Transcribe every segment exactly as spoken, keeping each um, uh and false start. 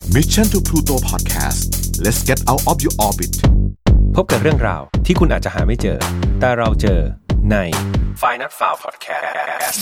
Mission to Pluto Podcast let's get out of your orbit พบกับเรื่องราวที่คุณอาจจะหาไม่เจอแต่เราเจอใน Find Not Found Podcast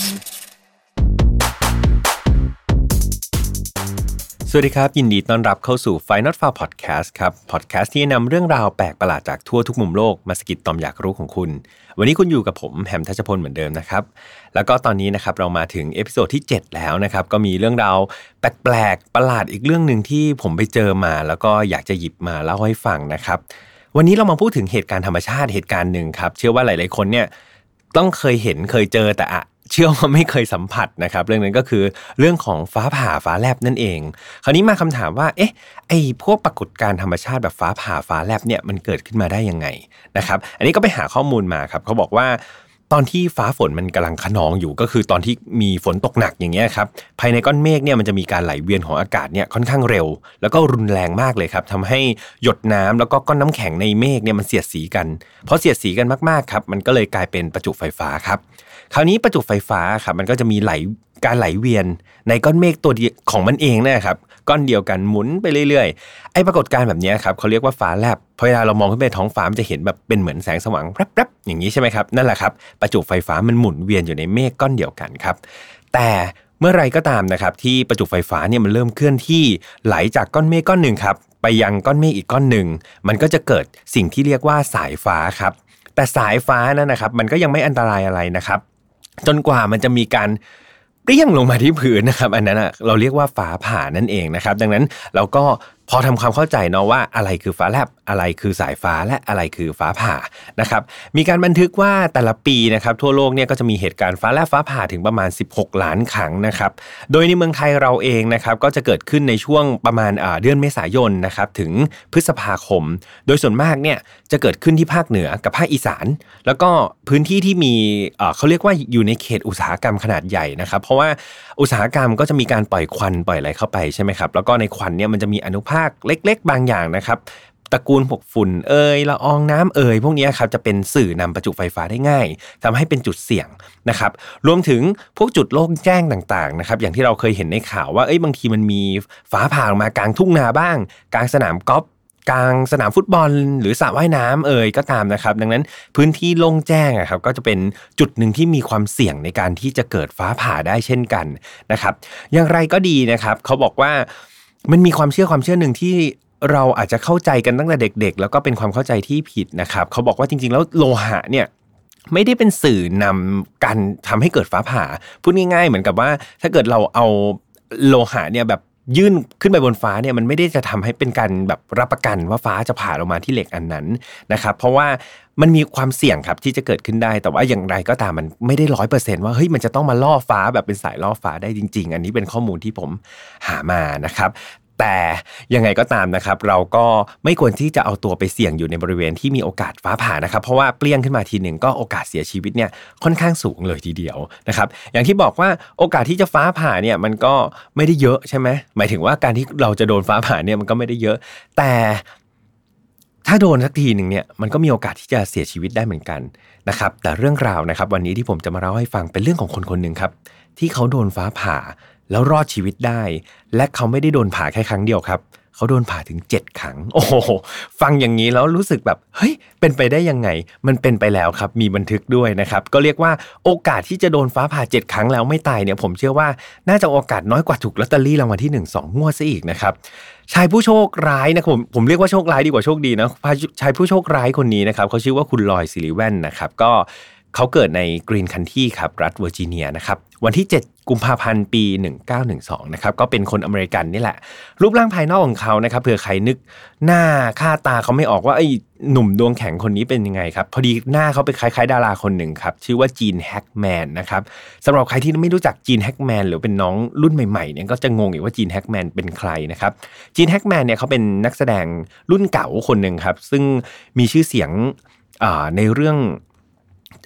สวัสดีครับยินดีต้อนรับเข้าสู่ Find Not Found Podcast ครับ Podcast ที่นำเรื่องราวแปลกประหลาดจากทั่วทุกมุมโลกมาสะกิดต่อมอยากรู้ของคุณวันนี้คุณอยู่กับผมแฮมทัชพลเหมือนเดิมนะครับแล้วก็ตอนนี้นะครับเรามาถึงเอพิโซดที่เจ็ดแล้วนะครับก็มีเรื่องราวแปลกๆประหลาดอีกเรื่องนึงที่ผมไปเจอมาแล้วก็อยากจะหยิบมาเล่าให้ฟังนะครับวันนี้เรามาพูดถึงเหตุการณ์ธรรมชาติเหตุการณ์นึงครับเชื่อว่าหลายๆคนเนี่ยต้องเคยเห็นเคยเจอแต่อะเชื่อว่าไม่เคยสัมผัสนะครับเรื่องนั้นก็คือเรื่องของฟ้าผ่าฟ้าแลบนั่นเองคราวนี้มาคำถามว่าเอ๊ะไอ้พวกปรากฏการณ์ธรรมชาติแบบฟ้าผ่าฟ้าแลบเนี่ยมันเกิดขึ้นมาได้ยังไงนะครับอันนี้ก็ไปหาข้อมูลมาครับเขาบอกว่าตอนที่ฟ้าฝนมันกำลังคะนองอยู่ก็คือตอนที่มีฝนตกหนักอย่างเงี้ยครับภายในก้อนเมฆเนี่ยมันจะมีการไหลเวียนของอากาศเนี่ยค่อนข้างเร็วแล้วก็รุนแรงมากเลยครับทำให้หยดน้ำแล้วก็ก้อนน้ำแข็งในเมฆเนี่ยมันเสียดสีกันเพราะเสียดสีกันมากๆครับมันก็เลยกลายเป็นประจุไฟฟ้าครับคราวนี้ประจุไฟฟ้าครับมันก็จะมีไหลการไหลเวียนในก้อนเมฆตัวเดียวของมันเองนะครับก้อนเดียวกันหมุนไปเรื่อยๆไอ้ปรากฏการณ์แบบนี้ครับเขาเรียกว่าฟ้าแลบพอเวลาเรามองขึ้นไปท้องฟ้ามันจะเห็นแบบเป็นเหมือนแสงสว่างแป๊บๆอย่างนี้ใช่ไหมครับนั่นแหละครับประจุไฟฟ้ามันหมุนเวียนอยู่ในเมฆก้อนเดียวกันครับแต่เมื่อไรก็ตามนะครับที่ประจุไฟฟ้าเนี่ยมันเริ่มเคลื่อนที่ไหลจากก้อนเมฆก้อนหนึ่งครับไปยังก้อนเมฆอีกก้อนหนึ่งมันก็จะเกิดสิ่งที่เรียกว่าสายฟ้าครับแต่สายฟ้านั่นนะครับมันก็ยังไม่อันตรายอะไรนะครับจนกว่ามันจะมีการเปรี้ยงลงมาที่พื้นนะครับอันนั้นเราเรียกว่าฟ้าผ่านั่นเองนะครับดังนั้นเราก็พอทำความเข้าใจเนาะว่าอะไรคือฟ้าแลบอะไรคือสายฟ้าและอะไรคือฟ้าผ่านะครับมีการบันทึกว่าแต่ละปีนะครับทั่วโลกเนี่ยก็จะมีเหตุการณ์ฟ้าแลบฟ้าผ่าถึงประมาณสิบหกล้านครั้งนะครับโดยในเมืองไทยเราเองนะครับก็จะเกิดขึ้นในช่วงประมาณเดือนเมษายนนะครับถึงพฤษภาคมโดยส่วนมากเนี่ยจะเกิดขึ้นที่ภาคเหนือกับภาคอีสานแล้วก็พื้นที่ที่มีเขาเรียกว่าอยู่ในเขตอุตสาหกรรมขนาดใหญ่นะครับเพราะว่าอุตสาหกรรมก็จะมีการปล่อยควันปล่อยอะไรเข้าไปใช่ไหมครับแล้วก็ในควันเนี่ยมันจะมีอนุภาคเล็กๆบางอย่างนะครับตระกูลพวกฝุ่นเอ่ยละอองน้ำเอ่ยพวกนี้ครับจะเป็นสื่อนำประจุไฟฟ้าได้ง่ายทำให้เป็นจุดเสี่ยงนะครับรวมถึงพวกจุดโล่งแจ้งต่างๆนะครับอย่างที่เราเคยเห็นในข่าวว่าเอ้ยบางทีมันมีฟ้าผ่าออกมากลางทุ่งนาบ้างกลางสนามกอล์ฟกลางสนามฟุตบอลหรือสระว่ายน้ำเอ่ยก็ตามนะครับดังนั้นพื้นที่โล่งแจ้งอะครับก็จะเป็นจุดหนึ่งที่มีความเสี่ยงในการที่จะเกิดฟ้าผ่าได้เช่นกันนะครับอย่างไรก็ดีนะครับเขาบอกว่ามันมีความเชื่อความเชื่อหนึ่งที่เราอาจจะเข้าใจกันตั้งแต่เด็กๆแล้วก็เป็นความเข้าใจที่ผิดนะครับเขาบอกว่าจริงๆแล้วโลหะเนี่ยไม่ได้เป็นสื่อนำการทำให้เกิดฟ้าผ่าพูดง่ายๆเหมือนกับว่าถ้าเกิดเราเอาโลหะเนี่ยแบบยื่นขึ้นไปบนฟ้าเนี่ยมันไม่ได้จะทำให้เป็นการแบบรับประกันว่าฟ้าจะผ่าลงมาที่เหล็กอันนั้นนะครับเพราะว่ามันมีความเสี่ยงครับที่จะเกิดขึ้นได้แต่ว่าอย่างไรก็ตามมันไม่ได้ ร้อยเปอร์เซ็นต์ ว่าเฮ้ยมันจะต้องมาล่อฟ้าแบบเป็นสายล่อฟ้าได้จริงๆอันนี้เป็นข้อมูลที่ผมหามานะครับแต่ยังไงก็ตามนะครับเราก็ไม่ควรที่จะเอาตัวไปเสี่ยงอยู่ในบริเวณที่มีโอกาสฟ้าผ่านะครับเพราะว่าเปรี้ยงขึ้นมาทีหนึ่งก็โอกาสเสียชีวิตเนี่ยค่อนข้างสูงเลยทีเดียวนะครับอย่างที่บอกว่าโอกาสที่จะฟ้าผ่าเนี่ยมันก็ไม่ได้เยอะใช่ไหมหมายถึงว่าการที่เราจะโดนฟ้าผ่าเนี่ยมันก็ไม่ได้เยอะแต่ถ้าโดนสักทีหนึ่งเนี่ยมันก็มีโอกาสที่จะเสียชีวิตได้เหมือนกันนะครับแต่เรื่องราวนะครับวันนี้ที่ผมจะมาเล่าให้ฟังเป็นเรื่องของคนคนหนึ่งครับที่เขาโดนฟ้าผ่าแล้วรอดชีวิตได้และเขาไม่ได้โดนผ่าแค่ครั้งเดียวครับเขาโดนผ่าถึงเจ็ดครั้งโอ้โหฟังอย่างนี้แล้วรู้สึกแบบเฮ้ยเป็นไปได้ยังไงมันเป็นไปแล้วครับมีบันทึกด้วยนะครับก็เรียกว่าโอกาสที่จะโดนฟ้าผ่าเจ็ดครั้งแล้วไม่ตายเนี่ยผมเชื่อว่าน่าจะโอกาสน้อยกว่าถูกลอตเตอรี่รางวัลที่หนึ่ง สองงวดซะอีกนะครับชายผู้โชคร้ายนะผมผมเรียกว่าโชคร้ายดีกว่าโชคดีนะชายผู้โชคร้ายคนนี้นะครับเขาชื่อว่าคุณลอยซิลิแวนนะครับก็เขาเกิดในกรีนคันทรีครับรัฐเวอร์จิเนียนะครับวันที่เจ็ดกุมภาพันธ์ปีหนึ่งพันเก้าร้อยสิบสองนะครับก็เป็นคนอเมริกันนี่แหละรูปร่างภายนอกของเขานะครับเผื่อใครนึกหน้าค่าตาเขาไม่ออกว่าไอ้หนุ่มดวงแข็งคนนี้เป็นยังไงครับพอดีหน้าเขาเป็นคล้ายๆดาราคนหนึ่งครับชื่อว่าจีนแฮกแมนนะครับสำหรับใครที่ไม่รู้จักจีนแฮกแมนหรือเป็นน้องรุ่นใหม่ๆเนี่ยก็จะงงอีกว่าจีนแฮกแมนเป็นใครนะครับจีนแฮกแมนเนี่ยเขาเป็นนักแสดงรุ่นเก่าคนหนึ่งครับซึ่งมีชื่อเสียงในเรื่อง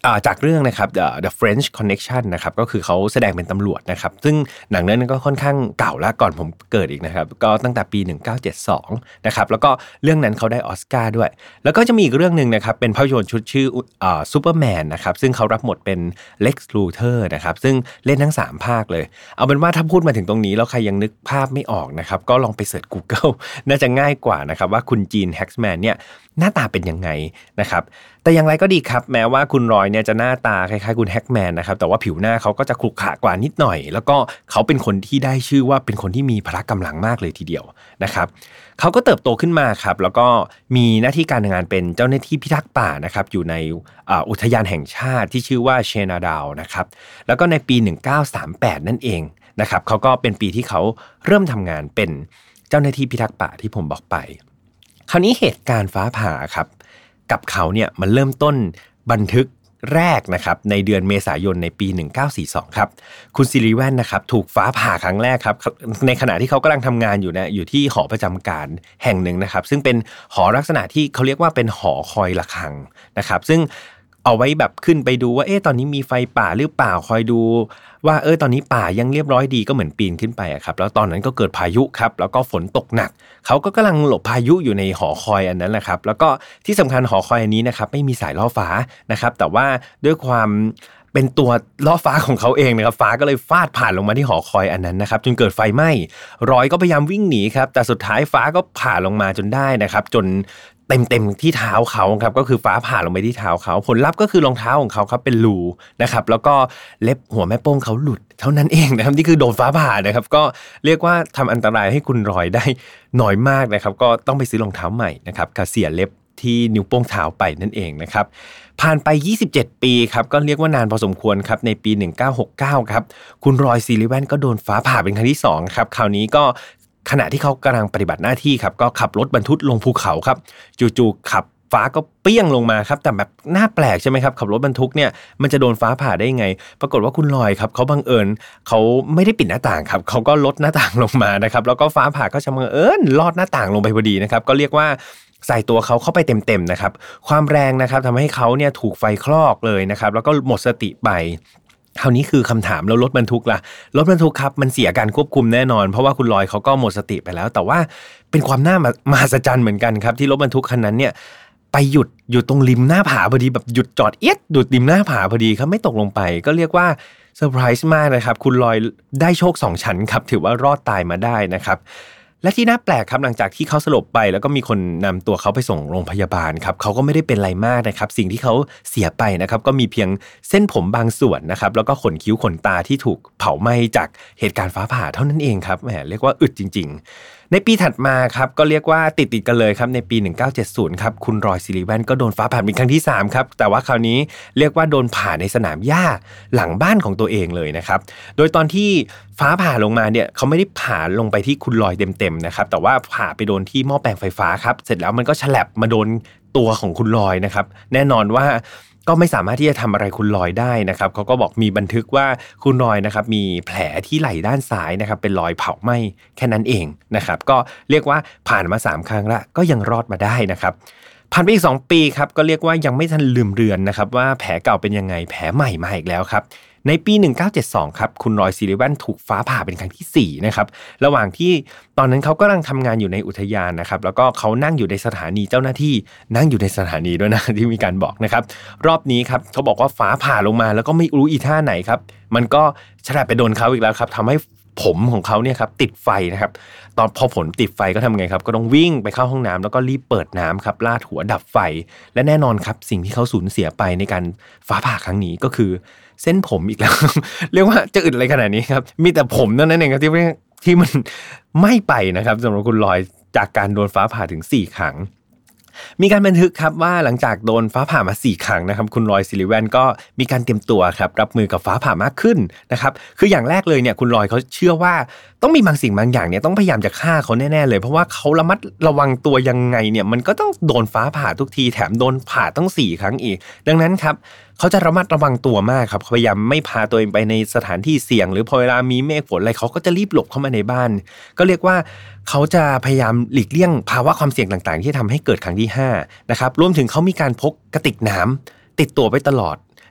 จากเรื่องนะครับ The, The French Connection นะครับก็คือเขาแสดงเป็นตำรวจนะครับซึ่งหนังนั้นก็ค่อนข้างเก่าแล้วก่อนผมเกิดอีกนะครับก็ตั้งแต่ปีหนึ่งพันเก้าร้อยเจ็ดสิบสองนะครับแล้วก็เรื่องนั้นเขาได้ออสการ์ด้วยแล้วก็จะมีอีกเรื่องนึงนะครับเป็นภาพยนตร์ชุดชื่ออ่า Superman นะครับซึ่งเขารับบทเป็น Lex Luthor นะครับซึ่งเล่นทั้งสามภาคเลยเอาเป็นว่าถ้าพูดมาถึงตรงนี้แล้วใครยังนึกภาพไม่ออกนะครับก็ลองไปเสิร์ช Google น่าจะง่ายกว่านะครับว่าคุณจีนแฮ็กแมนเนี่ยหน้าตาเป็นยังไงนะครับแต่อย่างไรก็ดีครับแม้ว่าคุณรอยเนี่ยจะหน้าตาคล้ายๆคุณแฮ็กแมนนะครับแต่ว่าผิวหน้าเขาก็จะขรุขระกว่านิดหน่อยแล้วก็เขาเป็นคนที่ได้ชื่อว่าเป็นคนที่มีพละกำลังมากเลยทีเดียวนะครับเขาก็เติบโตขึ้นมาครับแล้วก็มีหน้าที่การงานเป็นเจ้าหน้าที่พิทักษ์ป่านะครับอยู่ในอุทยานแห่งชาติที่ชื่อว่าเชนาดาวนะครับแล้วก็ในปีหนึ่งพันเก้าร้อยสามสิบแปดนั่นเองนะครับเขาก็เป็นปีที่เขาเริ่มทำงานเป็นเจ้าหน้าที่พิทักษ์ป่าที่ผมบอกไปคราวนี้เหตุการณ์ฟ้าผ่าครับกับเขาเนี่ยมันเริ่มต้นบันทึกแรกนะครับในเดือนเมษายนในปีหนึ่งพันเก้าร้อยสี่สิบสองครับคุณซิลิแวนนะครับถูกฟ้าผ่าครั้งแรกครับในขณะที่เขากำลังทำงานอยู่นะอยู่ที่หอประจำการแห่งหนึ่งนะครับซึ่งเป็นหอลักษณะที่เขาเรียกว่าเป็นหอคอยระฆังนะครับซึ่งเอาไว้แบบขึ้นไปดูว่าเอ๊ะตอนนี้มีไฟป่าหรือเปล่าคอยดูว่าเออตอนนี้ป่ายังเรียบร้อยดีก็เหมือนปีนขึ้นไปอะครับแล้วตอนนั้นก็เกิดพายุครับแล้วก็ฝนตกหนักเขาก็กำลังหลบพายุอยู่ในหอคอยอันนั้นแหละครับแล้วก็ที่สำคัญหอคอยอันนี้นะครับไม่มีสายล่อฟ้านะครับแต่ว่าด้วยความเป็นตัวล่อฟ้าของเขาเองนะครับฟ้าก็เลยฟาดผ่านลงมาที่หอคอยอันนั้นนะครับจนเกิดไฟไหม้รอยก็พยายามวิ่งหนีครับแต่สุดท้ายฟ้าก็ผ่าลงมาจนได้นะครับจนเต็มๆที่เท้าเขาครับก็คือฟ้าผ่าลงไปที่เท้าเขาผลลัพธ์ก็คือรองเท้าของเขาครับเป็นรูนะครับแล้วก็เล็บหัวแม่โป้งเขาหลุดเท่านั้นเองนะครับนี่คือโดนฟ้าผ่านะครับก็เรียกว่าทำอันตรายให้คุณรอยได้น้อยมากนะครับก็ต้องไปซื้อรองเท้าใหม่นะครับกับเสียเล็บที่นิ้วโป้งเท้าไปนั่นเองนะครับผ่านไปยี่สิบเจ็ดปีครับก็เรียกว่านานพอสมควรครับในปีหนึ่งพันเก้าร้อยหกสิบเก้าครับคุณรอยซิลิแวนก็โดนฟ้าผ่าเป็นครั้งที่สองครับคราวนี้ก็ขณะที่เขากำลังปฏิบัติหน้าที่ครับก็ขับรถบรรทุกลงภูเขาครับจู่ๆขับฟ้าก็เปี้ยงลงมาครับแต่แบบน่าแปลกใช่ไหมครับขับรถบรรทุกเนี่ยมันจะโดนฟ้าผ่าได้ไงปรากฏว่าคุณลอยครับเขาบังเอิญเขาไม่ได้ปิดหน้าต่างครับเขาก็ลดหน้าต่างลงมานะครับแล้วก็ฟ้าผ่าก็จะบังเอิญลอดหน้าต่างลงไปพอดีนะครับก็เรียกว่าใส่ตัวเขาเข้าไปเต็มๆนะครับความแรงนะครับทำให้เขาเนี่ยถูกไฟคลอกเลยนะครับแล้วก็หมดสติไปคราวนี้คือคำถามแล้วรถบรรทุกล่ะรถบรรทุกครับมันเสียการควบคุมแน่นอนเพราะว่าคุณลอยเขาก็หมดสติไปแล้วแต่ว่าเป็นความน่ามหัศจรรย์เหมือนกันครับที่รถบรรทุกคันนั้นเนี่ยไปหยุดอยู่ตรงริมหน้าผาพอดีแบบหยุดจอดเอี๊ยดหยุดริมหน้าผาพอดีครับไม่ตกลงไปก็เรียกว่าเซอร์ไพรส์มากนะครับคุณลอยได้โชคสองชั้นครับถือว่ารอดตายมาได้นะครับและที่น่าแปลกครับหลังจากที่เขาสลบไปแล้วก็มีคนนำตัวเขาไปส่งโรงพยาบาลครับเขาก็ไม่ได้เป็นอะไรมากนะครับสิ่งที่เขาเสียไปนะครับก็มีเพียงเส้นผมบางส่วนนะครับแล้วก็ขนคิ้วขนตาที่ถูกเผาไหม้จากเหตุการณ์ฟ้าผ่าเท่านั้นเองครับแหมเรียกว่าอึดจริงๆในปีถัดมาครับก็เรียกว่าติดติดกันเลยครับในปีหนึ่งพันเก้าร้อยเจ็ดสิบครับคุณรอยซิลิแวนก็โดนฟ้าผ่าเป็นครั้งที่สามครับแต่ว่าคราวนี้เรียกว่าโดนผ่าในสนามหญ้าหลังบ้านของตัวเองเลยนะครับโดยตอนที่ฟ้าผ่าลงมาเนี่ยเขาไม่ได้ผ่าลงไปที่คุณรอยเต็มๆนะครับแต่ว่าผ่าไปโดนที่หม้อแปลงไฟฟ้าครับเสร็จแล้วมันก็ฉลับมาโดนตัวของคุณรอยนะครับแน่นอนว่าก็ไม่สามารถที่จะทำอะไรคุณลอยได้นะครับเขาก็บอกมีบันทึกว่าคุณลอยนะครับมีแผลที่ไหล่ด้านซ้ายนะครับเป็นรอยเผาไหม้แค่นั้นเองนะครับก็เรียกว่าผ่านมาสามครั้งละก็ยังรอดมาได้นะครับผ่านไปอีกสองปีครับก็เรียกว่ายังไม่ทันลืมเลือนนะครับว่าแผลเก่าเป็นยังไงแผลใหม่มาอีกแล้วครับในปีหนึ่งพันเก้าร้อยเจ็ดสิบสองครับคุณรอยซิลิแวนถูกฟ้าผ่าเป็นครั้งที่สี่นะครับระหว่างที่ตอนนั้นเขากำลังทำงานอยู่ในอุทยานนะครับแล้วก็เขานั่งอยู่ในสถานีเจ้าหน้าที่นั่งอยู่ในสถานีด้วยนะที่มีการบอกนะครับรอบนี้ครับเขาบอกว่าฟ้าผ่าลงมาแล้วก็ไม่รู้อีท่าไหนครับมันก็ฉลับไปโดนเขาอีกแล้วครับทำให้ผมของเขาเนี่ยครับติดไฟนะครับตอนพอผลติดไฟก็ทำไงครับก็ต้องวิ่งไปเข้าห้องน้ำแล้วก็รีบเปิดน้ำครับลาดหัวดับไฟและแน่นอนครับสิ่งที่เขาสูญเสียไปในการฟ้าผ่าครั้งนี้ก็คือเส้นผมอีกแล้ว เรียกว่าจะอึดอะไรขนาดนี้ครับมีแต่ผมเท่านั้นเองครับที่ที่มันไม่ไปนะครับสำหรับคุณลอยจากการโดนฟ้าผ่าถึงสี่ครั้งมีการบันทึกครับว่าหลังจากโดนฟ้าผ่ามาสี่ครั้งนะครับคุณรอยซิลิแวนก็มีการเตรียมตัวครับรับมือกับฟ้าผ่ามากขึ้นนะครับคืออย่างแรกเลยเนี่ยคุณรอยเขาเชื่อว่าต้องมีบางสิ่งบางอย่างเนี่ยต้องพยายามจะฆ่าเขาแน่ๆเลยเพราะว่าเขาระมัดระวังตัวยังไงเนี่ยมันก็ต้องโดนฟ้าผ่าทุกทีแถมโดนผ่าต้องสี่ครั้งอีกดังนั้นครับเขาจะระมัดระวังตัวมากครับพยายามไม่พาตัวเองไปในสถานที่เสี่ยงหรือพอเวลามีเมฆฝนอะไรเขาก็จะรีบหลบเข้ามาในบ้านก็เรียกว่าเขาจะพยายามหลีกเลี่ยงภาวะความเสี่ยงต่างๆที่ทำให้เกิดครั้งที่ห้านะครับรวมถึงเขามีการพกกระติกน้ำติดตัวไปตลอด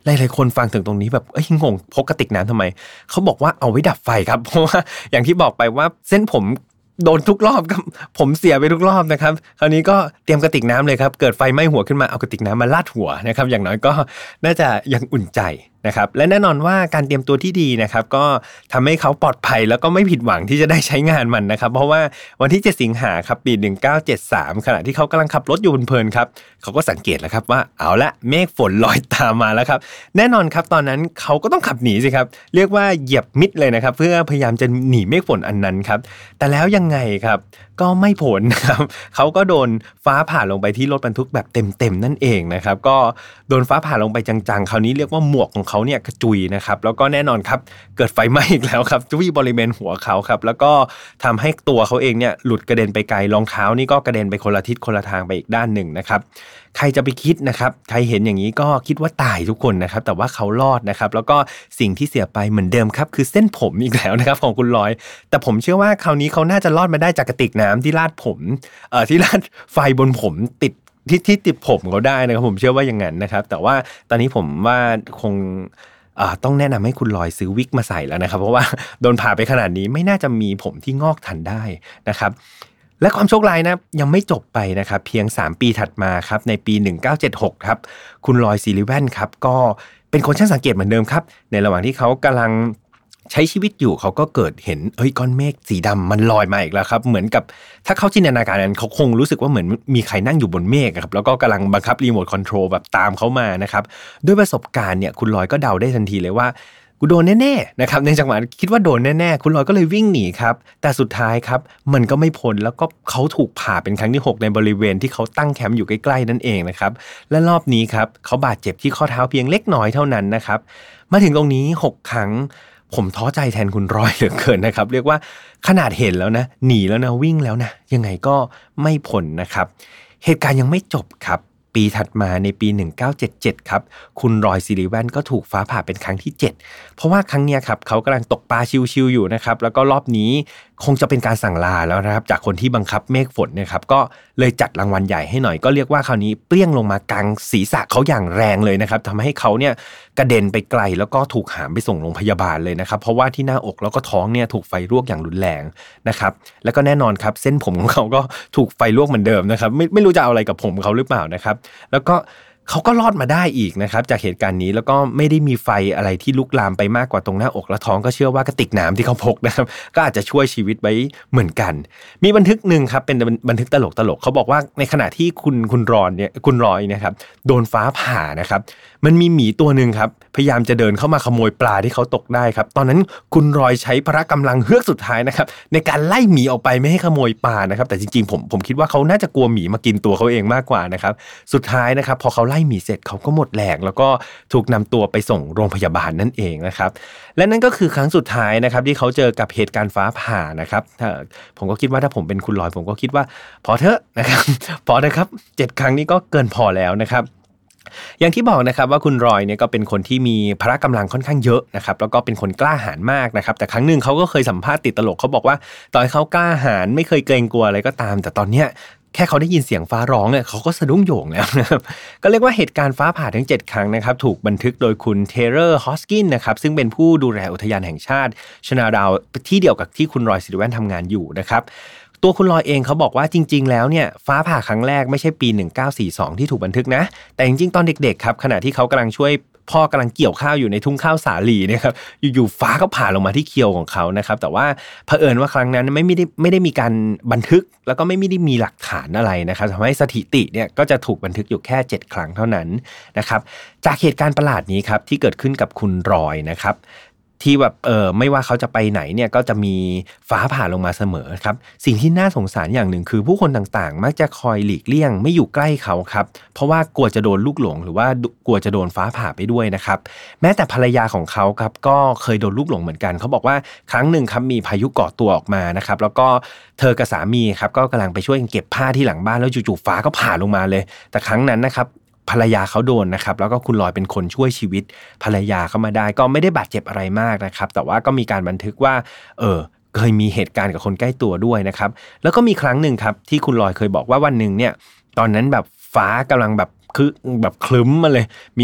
หลายๆคนฟังถึงตรงนี้แบบเอ้ยงงพกกระติกน้ำทำไมเขาบอกว่าเอาไว้ดับไฟครับเพราะว่าอย่างที่บอกไปว่าเส้นผมโดนทุกรอบครับผมเสียไปทุกรอบนะครับคราวนี้ก็เตรียมกระติกน้ำเลยครับเกิดไฟไหม้หัวขึ้นมาเอากระติกน้ำมาลาดหัวนะครับอย่างน้อยก็น่าจะยังอุ่นใจนะครับและแน่นอนว่าการเตรียมตัวที่ดีนะครับก็ทำให้เขาปลอดภัยแล้วก็ไม่ผิดหวังที่จะได้ใช้งานมันนะครับเพราะว่าวันที่เจ็ดสิงหาครับปีหนึ่งเก้าเจ็ดสามขณะที่เขากำลังขับรถอยู่เพลินๆครับเขาก็สังเกตแล้วครับว่าเอาละเมฆฝนลอยตามมาแล้วครับแน่นอนครับตอนนั้นเขาก็ต้องขับหนีสิครับเรียกว่าเหยียบมิดเลยนะครับเพื่อพยายามจะหนีเมฆฝนอันนั้นครับแต่แล้วยังไงครับก็ไม่ผลนะครับเขาก็โดนฟ้าผ่าลงไปที่รถบรรทุกแบบเต็มๆนั่นเองนะครับก็โดนฟ้าผ่าลงไปจังๆคราวนี้เรียกว่าหมวกของเขาเนี่ยกระจุยนะครับแล้วก็แน่นอนครับเกิดไฟไหม้อีกแล้วครับที่บริเวณหัวเขาครับแล้วก็ทำให้ตัวเขาเองเนี่ยหลุดกระเด็นไปไกลรองเท้านี่ก็กระเด็นไปคนละทิศคนละทางไปอีกด้านหนึ่งนะครับใครจะไปคิดนะครับใครเห็นอย่างนี้ก็คิดว่าตายทุกคนนะครับแต่ว่าเขารอดนะครับแล้วก็สิ่งที่เสียไปเหมือนเดิมครับคือเส้นผมอีกแล้วนะครับของคุณลอยแต่ผมเชื่อว่าคราวนี้เขาน่าจะรอดมาได้จากกระติกน้ำที่ลาดผมเอ่อที่ลาดไฟบนผมติดที่ที่ติดผมเขาได้นะครับผมเชื่อว่าอย่างนั้นนะครับแต่ว่าตอนนี้ผมว่าคงต้องแนะนำให้คุณลอยซื้อวิกมาใส่แล้วนะครับเพราะว่าโดนผ่าไปขนาดนี้ไม่น่าจะมีผมที่งอกทันได้นะครับและความโชคร้ายนะยังไม่จบไปนะครับเพียงสามปีถัดมาครับในปีหนึ่งเก้าเจ็ดหกครับคุณลอยซีลิแวนครับก็เป็นคนช่างสังเกตเหมือนเดิมครับในระหว่างที่เขากำลังใช้ชีวิตอยู่เขาก็เกิดเห็นเอ้ยก้อนเมฆสีดำมันลอยมาอีกแล้วครับเหมือนกับถ้าเขาจินตนาการนั้นเขาคงรู้สึกว่าเหมือนมีใครนั่งอยู่บนเมฆครับแล้วก็กำลังบังคับรีโมทคอนโทรลแบบตามเขามานะครับด้วยประสบการณ์เนี่ยคุณลอยก็เดาได้ทันทีเลยว่ากูโดนแน่ๆนะครับในจังหวะคิดว่าโดนแน่ๆคุณลอยก็เลยวิ่งหนีครับแต่สุดท้ายครับมันก็ไม่พ้นแล้วก็เขาถูกผ่าเป็นครั้งที่หกในบริเวณที่เขาตั้งแคมป์อยู่ใกล้ๆนั่นเองนะครับและรอบนี้ครับเขาบาดเจ็บที่ข้อเท้าเพียงเล็กน้อยเท่านั้นนะครับมาถึงตรงนี้หกครั้งผมท้อใจแทนคุณรอยเหลือเกินนะครับเรียกว่าขนาดเห็นแล้วนะหนีแล้วนะวิ่งแล้วนะยังไงก็ไม่พ้นนะครับเหตุการณ์ยังไม่จบครับปีถัดมาในปีหนึ่งเก้าเจ็ดเจ็ดครับคุณรอยซีลิแวนก็ถูกฟ้าผ่าเป็นครั้งที่เจ็ดเพราะว่าครั้งนี้ครับเขากำลังตกปลาชิวๆอยู่นะครับแล้วก็รอบนี้คงจะเป็นการสั่งลาแล้วนะครับจากคนที่บังคับเมฆฝนเนี่ยครับก็เลยจัดรางวัลใหญ่ให้หน่อยก็เรียกว่าคราวนี้เปรี้ยงลงมากลางศีรษะเขาอย่างแรงเลยนะครับทำให้เขาเนี่ยกระเด็นไปไกลแล้วก็ถูกหามไปส่งโรงพยาบาลเลยนะครับเพราะว่าที่หน้าอกแล้วก็ท้องเนี่ยถูกไฟลวกอย่างรุนแรงนะครับแล้วก็แน่นอนครับเส้นผมของเขาก็ถูกไฟลวกเหมือนเดิมนะครับไม่ไม่รู้จะเอาอะไรกับผมเขาหรือเปล่านะครับแล้วก็เขาก็รอดมาได้อีกนะครับจากเหตุการณ์นี้แล้วก็ไม่ได้มีไฟอะไรที่ลุกลามไปมากกว่าตรงหน้าอกและท้องก็เชื่อว่ากระติกน้ำที่เขาพกนะครับก็อาจจะช่วยชีวิตไว้เหมือนกันมีบันทึกหนึ่งครับเป็นบันทึกตลกตลกเขาบอกว่าในขณะที่คุณคุณรอนเนี่ยคุณรอยเนี่ยครับโดนฟ้าผ่านะครับมันมีหมีตัวนึงครับพยายามจะเดินเข้ามาขโมยปลาที่เขาตกได้ครับตอนนั้นคุณรอยใช้พละกำลังเฮือกสุดท้ายนะครับในการไล่หมีออกไปไม่ให้ขโมยปลานะครับแต่จริงๆผมผมคิดว่าเขาน่าจะกลัวหมีมากินตัวเขาเองมากกว่านะครับสุดท้ายนะครับพอเขาไล่หมีเสร็จเขาก็หมดแรงแล้วก็ถูกนำตัวไปส่งโรงพยาบาลนั่นเองนะครับและนั่นก็คือครั้งสุดท้ายนะครับที่เขาเจอกับเหตุการณ์ฟ้าผ่านะครับผมก็คิดว่าถ้าผมเป็นคุณลอยผมก็คิดว่าพอเถอะนะครับพอนะครับเจ็ดครั้งนี้ก็เกินพอแล้วนะครับอย่างที่บอกนะครับว่าคุณรอยเนี่ยก็เป็นคนที่มีพละกำลังค่อนข้างเยอะนะครับแล้วก็เป็นคนกล้าหาญมากนะครับแต่ครั้งหนึ่งเขาก็เคยสัมภาษณ์ติดตลกเขาบอกว่าตอนเขากล้าหาญไม่เคยเกรงกลัวอะไรก็ตามแต่ตอนเนี้ยแค่เขาได้ยินเสียงฟ้าร้องเนี่ยเขาก็สะดุ้งโหยงแล้วนะครับก็เรียกว่าเหตุการณ์ฟ้าผ่าทั้งเจ็ดครั้งนะครับถูกบันทึกโดยคุณเทเลอร์ฮอสกินนะครับซึ่งเป็นผู้ดูแลอุทยานแห่งชาติชนาดาวที่เดียวกับที่คุณรอยซิลิแวนทำงานอยู่นะครับตัวคุณลอยเองเขาบอกว่าจริงๆแล้วเนี่ยฟ้าผ่าครั้งแรกไม่ใช่ปีหนึ่งเก้าสี่สองที่ถูกบันทึกนะแต่จริงๆตอนเด็กๆครับขณะที่เขากำลังช่วยพ่อกำลังเกี่ยวข้าวอยู่ในทุ่งข้าวสาลีเนี่ยครับอยู่ๆฟ้าก็ผ่าลงมาที่เคียวของเขานะครับแต่ว่าเผอิญว่าครั้งนั้นไม่ได้ไม่ได้มีการบันทึกแล้วก็ไม่ได้มีหลักฐานอะไรนะครับทำให้สถิติเนี่ยก็จะถูกบันทึกอยู่แค่เจ็ดครั้งเท่านั้นนะครับจากเหตุการณ์ประหลาดนี้ครับที่เกิดขึ้นกับคุณรอยนะครับที่แบบเออไม่ว่าเขาจะไปไหนเนี่ยก็จะมีฟ้าผ่าลงมาเสมอครับสิ่งที่น่าสงสารอย่างหนึ่งคือผู้คนต่างๆมักจะคอยหลีกเลี่ยงไม่อยู่ใกล้เขาครับเพราะว่ากลัวจะโดนลูกหลงหรือว่ากลัวจะโดนฟ้าผ่าไปด้วยนะครับแม้แต่ภรรยาของเขาครับก็เคยโดนลูกหลงเหมือนกันเขาบอกว่าครั้งหนึ่งครับมีพายุก่อตัวออกมานะครับแล้วก็เธอกับสามีครับก็กำลังไปช่วยเก็บผ้าที่หลังบ้านแล้วจู่ๆฟ้าก็ผ่าลงมาเลยแต่ครั้งนั้นนะครับภรรยาเขาโดนนะครับแล้วก็คุณลอยเป็นคนช่วยชีวิตภรรยาเข้ามาได้ก็ไม่ได้บาดเจ็บอะไรมากนะครับแต่ว่าก็มีการบันทึกว่าเออเคยมีเหตุการณ์กับคนใกล้ตัวด้วยนะครับแล้วก็มีครั้งหนึ่งครับที่คุณลอยเคยบอกว่าวันนึงเนี่ยตอนนั้นแบบฟ้ากำลังแบบคือแบบคลึ้มมาเลยมี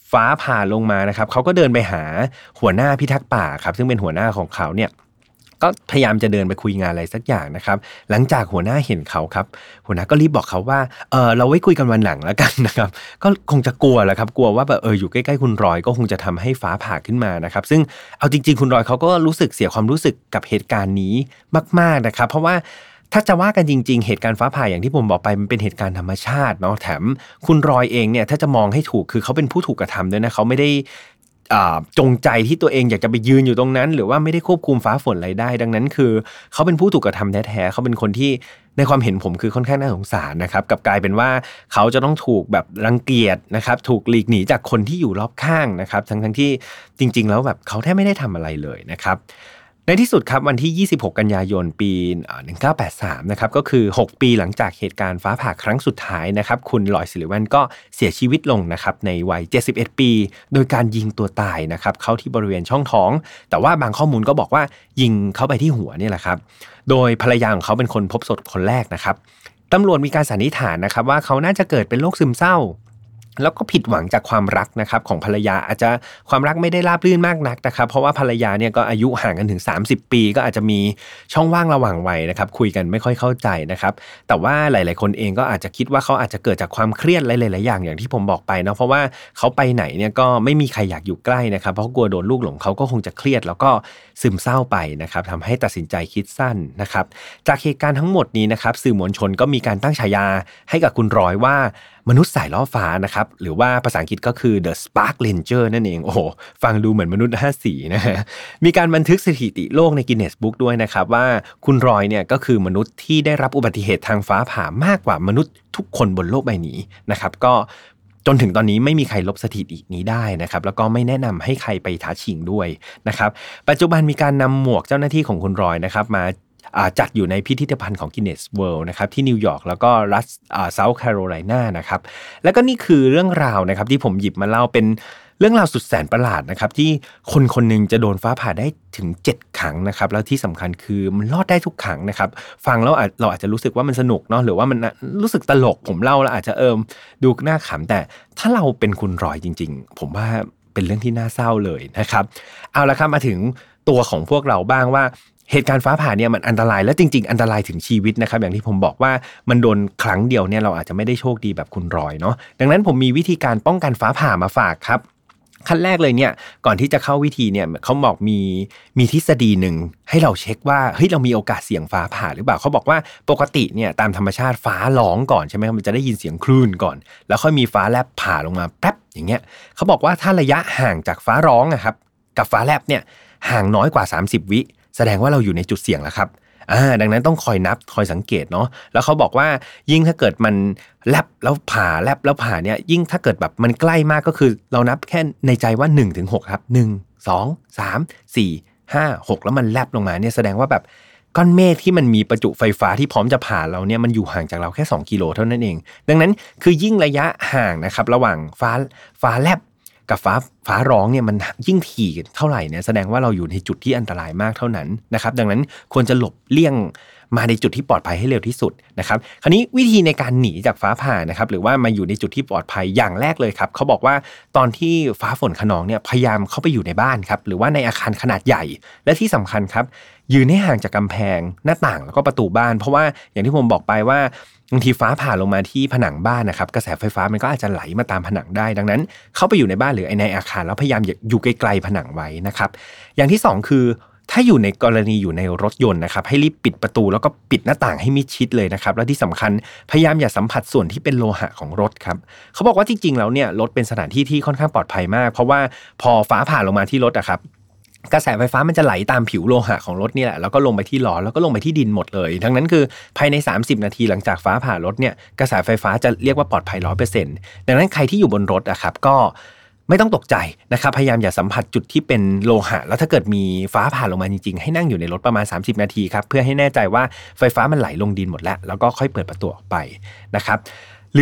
ฟ้าผ่าลงมานะครับเขาก็เดินไปหาหัวหน้าพิทักษ์ป่าครับซึ่งเป็นหัวหน้าของเขาเนี่ยก็พยายามจะเดินไปคุยงานอะไรสักอย่างนะครับหลังจากหัวหน้าเห็นเขาครับหัวหน้าก็รีบบอกเขาว่าเออเราไว้คุยกันวันหลังแล้วกันนะครับก็คงจะกลัวแหละครับกลัวว่าแบบเอออยู่ใกล้ๆคุณรอยก็คงจะทำให้ฟ้าผ่าขึ้นมานะครับซึ่งเอาจริงๆคุณรอยเขาก็รู้สึกเสียความรู้สึกกับเหตุการณ์นี้มากๆนะครับเพราะว่าถ้าจะว่ากันจริงๆเหตุการณ์ฟ้าผ่าอย่างที่ผมบอกไปมันเป็นเหตุการณ์ธรรมชาติเนาะแถมคุณรอยเองเนี่ยถ้าจะมองให้ถูกคือเขาเป็นผู้ถูกกระทำด้วยนะเขาไม่ได้จงใจที่ตัวเองอยากจะไปยืนอยู่ตรงนั้นหรือว่าไม่ได้ควบคุมฟ้าฝนอะไรได้ดังนั้นคือเขาเป็นผู้ถูกกระทำแท้ๆเขาเป็นคนที่ในความเห็นผมคือค่อนข้างน่าสงสารนะครับกับกลายเป็นว่าเขาจะต้องถูกแบบรังเกียจนะครับถูกหลีกหนีจากคนที่อยู่รอบข้างนะครับทั้งๆที่จริงๆแล้วแบบเขาแทบไม่ได้ทำอะไรเลยนะครับในที่สุดครับวันที่ยี่สิบหกกันยายนปีหนึ่งพันเก้าร้อยแปดสิบสามนะครับก็คือหกปีหลังจากเหตุการณ์ฟ้าผ่าครั้งสุดท้ายนะครับคุณลอยด์ ซัลลิแวนก็เสียชีวิตลงนะครับในวัยเจ็ดสิบเอ็ดปีโดยการยิงตัวตายนะครับเข้าที่บริเวณช่องท้องแต่ว่าบางข้อมูลก็บอกว่ายิงเข้าไปที่หัวนี่แหละครับโดยภรรยาของเขาเป็นคนพบศพคนแรกนะครับตำรวจมีการสันนิษฐานนะครับว่าเขาน่าจะเกิดเป็นโรคซึมเศร้าแล้วก็ผิดหวังจากความรักนะครับของภรรยาอาจจะความรักไม่ได้ราบรื่นมากนักนะครับเพราะว่าภรรยาเนี่ยก็อายุห่างกันถึงสามสิบปีก็อาจจะมีช่องว่างระหว่างวัยนะครับคุยกันไม่ค่อยเข้าใจนะครับแต่ว่าหลายๆคนเองก็อาจจะคิดว่าเขาอาจจะเกิดจากความเครียดหลายๆอย่างอย่างที่ผมบอกไปเนาะเพราะว่าเขาไปไหนเนี่ยก็ไม่มีใครอยากอยู่ใกล้นะครับเพราะกลัวโดนลูกหลงเขาก็คงจะเครียดแล้วก็ซึมเศร้าไปนะครับทำให้ตัดสินใจคิดสั้นนะครับจากเหตุการณ์ทั้งหมดนี้นะครับสื่อมวลชนก็มีการตั้งฉายาให้กับคุณรอยว่ามนุษย์สายล่อฟ้านะครับหรือว่าภาษาอังกฤษก็คือ The Spark Ranger นั่นเองโอ้โหฟังดูเหมือนมนุษย์ห้าสีนะฮะมีการบันทึกสถิติโลกใน Guinness Book ด้วยนะครับว่าคุณรอยเนี่ยก็คือมนุษย์ที่ได้รับอุบัติเหตุทางฟ้าผ่ามากกว่ามนุษย์ทุกคนบนโลกใบนี้นะครับก็จนถึงตอนนี้ไม่มีใครลบสถิตินี้ได้นะครับแล้วก็ไม่แนะนำให้ใครไปท้าชิงด้วยนะครับปัจจุบันมีการนำหมวกเจ้าหน้าที่ของคุณรอยนะครับมาจัดอยู่ในพิพิธภัณฑ์ของ Guinness World นะครับที่นิวยอร์กแล้วก็รัฐเซาท์แคโรไลนานะครับแล้วก็นี่คือเรื่องราวนะครับที่ผมหยิบมาเล่าเป็นเรื่องราวสุดแสนประหลาดนะครับที่คนคนนึงจะโดนฟ้าผ่าได้ถึงเจ็ดครั้งนะครับแล้วที่สำคัญคือมันรอดได้ทุกครั้งนะครับฟังแล้วเราอาจจะรู้สึกว่ามันสนุกเนาะหรือว่ามันรู้สึกตลกผมเล่าแล้วอาจจะเอิมดูน่าขำแต่ถ้าเราเป็นคุณรอยจริงๆผมว่าเป็นเรื่องที่น่าเศร้าเลยนะครับเอาละครับมาถึงตัวของพวกเราบ้างว่าเหตุการณ์ฟ้าผ่าเนี่ยมันอันตรายและจริงๆอันตรายถึงชีวิตนะครับอย่างที่ผมบอกว่ามันโดนครั้งเดียวเนี่ยเราอาจจะไม่ได้โชคดีแบบคุณรอยเนาะดังนั้นผมมีวิธีการป้องกันฟ้าผ่ามาฝากครับขั้นแรกเลยเนี่ยก่อนที่จะเข้าวิธีเนี่ยเขาบอกมีมีทฤษฎีหนึ่งให้เราเช็คว่าเฮ้ยเรามีโอกาสเสี่ยงฟ้าผ่าหรือเปล่าเขาบอกว่าปกติเนี่ยตามธรรมชาติฟ้าร้องก่อนใช่ไหมมันจะได้ยินเสียงคลื่นก่อนแล้วค่อยมีฟ้าแลบผ่าลงมาแป๊บอย่างเงี้ยเขาบอกว่าถ้าระยะห่างจากฟ้าร้องอะครับกับฟ้าแลบเนี่ยห่างน้อยกว่าสามสิบวิแสดงว่าเราอยู่ในจุดเสี่ยงแล้วครับอ่าดังนั้นต้องคอยนับคอยสังเกตเนาะแล้วเขาบอกว่ายิ่งถ้าเกิดมันแลบแล้วผ่าแลบแล้วผ่าเนี่ยยิ่งถ้าเกิดแบบมันใกล้มากก็คือเรานับแค่ในใจว่า หนึ่งถึงหก ครับหนึ่ง สอง สาม สี่ ห้า หกแล้วมันแลบลงมาเนี่ยแสดงว่าแบบก้อนเมฆที่มันมีประจุไฟฟ้าที่พร้อมจะผ่าเราเนี่ยมันอยู่ห่างจากเราแค่สองกิโลเท่านั้นเองดังนั้นคือยิ่งระยะห่างนะครับระหว่างฟ้าฟ้าแลบกับฟ้าฟ้าร้องเนี่ยมันยิ่งถี่เท่าไหร่เนี่ยแสดงว่าเราอยู่ในจุดที่อันตรายมากเท่านั้นนะครับดังนั้นควรจะหลบเลี่ยงมาในจุดที่ปลอดภัยให้เร็วที่สุดนะครับคราวนี้วิธีในการหนีจากฟ้าผ่านะครับหรือว่ามาอยู่ในจุดที่ปลอดภัยอย่างแรกเลยครับเขาบอกว่าตอนที่ฟ้าฝนคะนองเนี่ยพยายามเข้าไปอยู่ในบ้านครับหรือว่าในอาคารขนาดใหญ่และที่สำคัญครับยืนให้ห่างจากกำแพงหน้าต่างแล้วก็ประตูบ้านเพราะว่าอย่างที่ผมบอกไปว่าบางทีฟ้าผ่าลงมาที่ผนังบ้านนะครับกระแสไฟฟ้ามันก็อาจจะไหลมาตามผนังได้ดังนั้นเข้าไปอยู่ในบ้านหรือในอาคารแล้วพยายามอยู่ไกลๆผนังไว้นะครับอย่างที่สองคือถ้าอยู่ในกรณีอยู่ในรถยนต์นะครับให้รีบปิดประตูแล้วก็ปิดหน้าต่างให้มิดชิดเลยนะครับและที่สำคัญพยายามอย่าสัมผัสส่วนที่เป็นโลหะของรถครับเขาบอกว่าจริงๆแล้วเนี่ยรถเป็นสถานที่ที่ค่อนข้างปลอดภัยมากเพราะว่าพอฟ้าผ่าลงมาที่รถอะครับกระแสไฟฟ้ามันจะไหลตามผิวโลหะของรถนี่แหละแล้วก็ลงไปที่ล้อแล้วก็ลงไปที่ดินหมดเลยดังนั้นคือภายในสามสิบนาทีหลังจากฟ้าผ่ารถเนี่ยกระแสไฟฟ้าจะเรียกว่าปลอดภัย ร้อยเปอร์เซ็นต์ ดังนั้นใครที่อยู่บนรถอะครับก็ไม่ต้องตกใจนะครับพยายามอย่าสัมผัสจุดที่เป็นโลหะแล้วถ้าเกิดมีฟ้าผ่าลงมาจริงๆให้นั่งอยู่ในรถประมาณสามสิบนาทีครับเพื่อให้แน่ใจว่าไฟฟ้ามันไหลลงดินหมดแล้วแล้วก็ค่อยเปิดประตูออกไปนะครับหรือ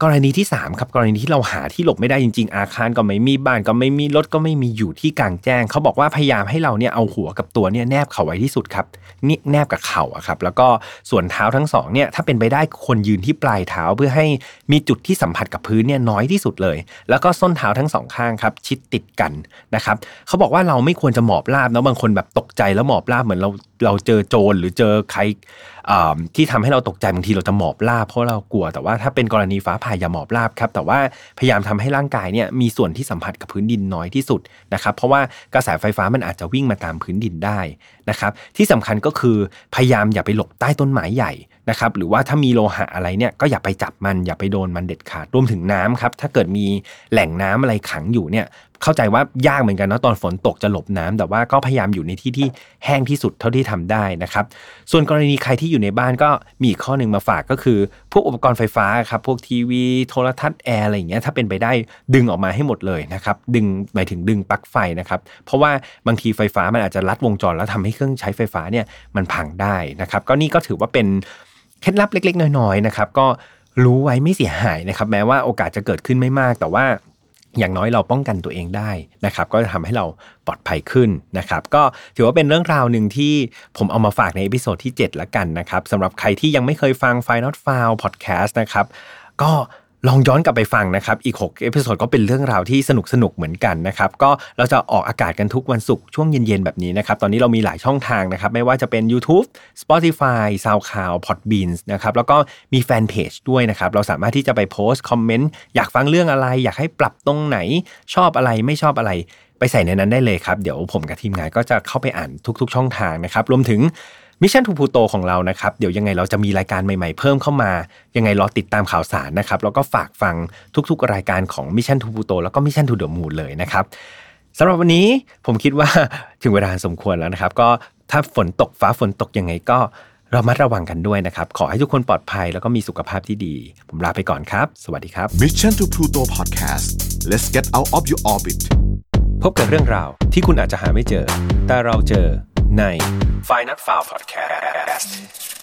กรณีที่สามครับกรณีที่เราหาที่หลบไม่ได้จริงๆอาคารก็ไม่มีบ้านก็ไม่มีรถก็ไม่มีอยู่ที่กลางแจ้งเขาบอกว่าพยายามให้เราเนี่ยเอาหัวกับตัวเนี่ยแนบเข่าไว้ที่สุดครับนี่แนบกับเข่าอะครับแล้วก็ส่วนเท้าทั้งสองเนี่ยถ้าเป็นไปได้ควรยืนที่ปลายเท้าเพื่อให้มีจุดที่สัมผัสกับพื้นเนี่ยน้อยที่สุดเลยแล้วก็ส้นเท้าทั้งสองข้างครับชิดติดกันนะครับเขาบอกว่าเราไม่ควรจะหมอบราบนะบางคนแบบตกใจแล้วหมอบราบเหมือนเราเราเจอโจรหรือเจอใครที่ทำให้เราตกใจบางทีเราจะหมอบราบเพราะเรากลัวแต่ว่าถ้าเป็นกรณีฟ้าผ่าอย่าหมอบราบครับแต่ว่าพยายามทำให้ร่างกายเนี่ยมีส่วนที่สัมผัสกับพื้นดินน้อยที่สุดนะครับเพราะว่ากระแสไฟฟ้ามันอาจจะวิ่งมาตามพื้นดินได้นะครับที่สำคัญก็คือพยายามอย่าไปหลบใต้ต้นไม้ใหญ่นะครับหรือว่าถ้ามีโลหะอะไรเนี่ยก็อย่าไปจับมันอย่าไปโดนมันเด็ดขาดรวมถึงน้ำครับถ้าเกิดมีแหล่งน้ำอะไรขังอยู่เนี่ยเข้าใจว่ายากเหมือนกันนะตอนฝนตกจะหลบน้ำแต่ว่าก็พยายามอยู่ในที่ที่แห้งที่สุดเท่าที่ทำได้นะครับส่วนกรณีใครที่อยู่ในบ้านก็มีอีกข้อนึงมาฝากก็คือพวกอุปกรณ์ไฟฟ้าครับพวกทีวีโทรทัศน์แอร์อะไรอย่างเงี้ยถ้าเป็นไปได้ดึงออกมาให้หมดเลยนะครับดึงหมายถึงดึงปลั๊กไฟนะครับเพราะว่าบางทีไฟฟ้ามันอาจจะลัดวงจรแล้วทำให้เครื่องใช้ไฟฟ้าเนี่ยมันพังได้นะครับก็นี่ก็ถือว่าเป็นเคล็ดลับเล็กๆน้อยๆนะครับก็รู้ไว้ไม่เสียหายนะครับแม้ว่าโอกาสจะเกิดขึ้นไม่มากแต่ว่าอย่างน้อยเราป้องกันตัวเองได้นะครับก็จะทำให้เราปลอดภัยขึ้นนะครับก็ถือว่าเป็นเรื่องราวหนึ่งที่ผมเอามาฝากในเอพิโซดที่เจ็ดละกันนะครับสำหรับใครที่ยังไม่เคยฟัง File Not Found Podcast นะครับก็ลองย้อนกลับไปฟังนะครับอีกหกเอพิโซดก็เป็นเรื่องราวที่สนุกสนุกเหมือนกันนะครับก็เราจะออกอากาศกันทุกวันศุกร์ช่วงเย็นๆแบบนี้นะครับตอนนี้เรามีหลายช่องทางนะครับไม่ว่าจะเป็น YouTube Spotify SoundCloud Podbean นะครับแล้วก็มีแฟนเพจด้วยนะครับเราสามารถที่จะไปโพสต์คอมเมนต์อยากฟังเรื่องอะไรอยากให้ปรับตรงไหนชอบอะไรไม่ชอบอะไรไปใส่ในนั้นได้เลยครับเดี๋ยวผมกับทีมงานก็จะเข้าไปอ่านทุกๆช่องทางนะครับรวมถึงMission to Pluto ของเรานะครับเดี๋ยวยังไงเราจะมีรายการใหม่ๆเพิ่มเข้ามายังไงรอติดตามข่าวสารนะครับแล้วก็ฝากฟังทุกๆรายการของ Mission to Pluto แล้วก็ Mission to the Moon เลยนะครับสำหรับวันนี้ผมคิดว่าถึงเวลาสมควรแล้วนะครับก็ถ้าฝนตกฟ้าฝนตกยังไงก็ระมัดระวังกันด้วยนะครับขอให้ทุกคนปลอดภัยแล้วก็มีสุขภาพที่ดีผมลาไปก่อนครับสวัสดีครับ Mission to Pluto Podcast Let's get out of your orbit พบกับเรื่องราวที่คุณอาจจะหาไม่เจอแต่เราเจอใน File Not Found Podcast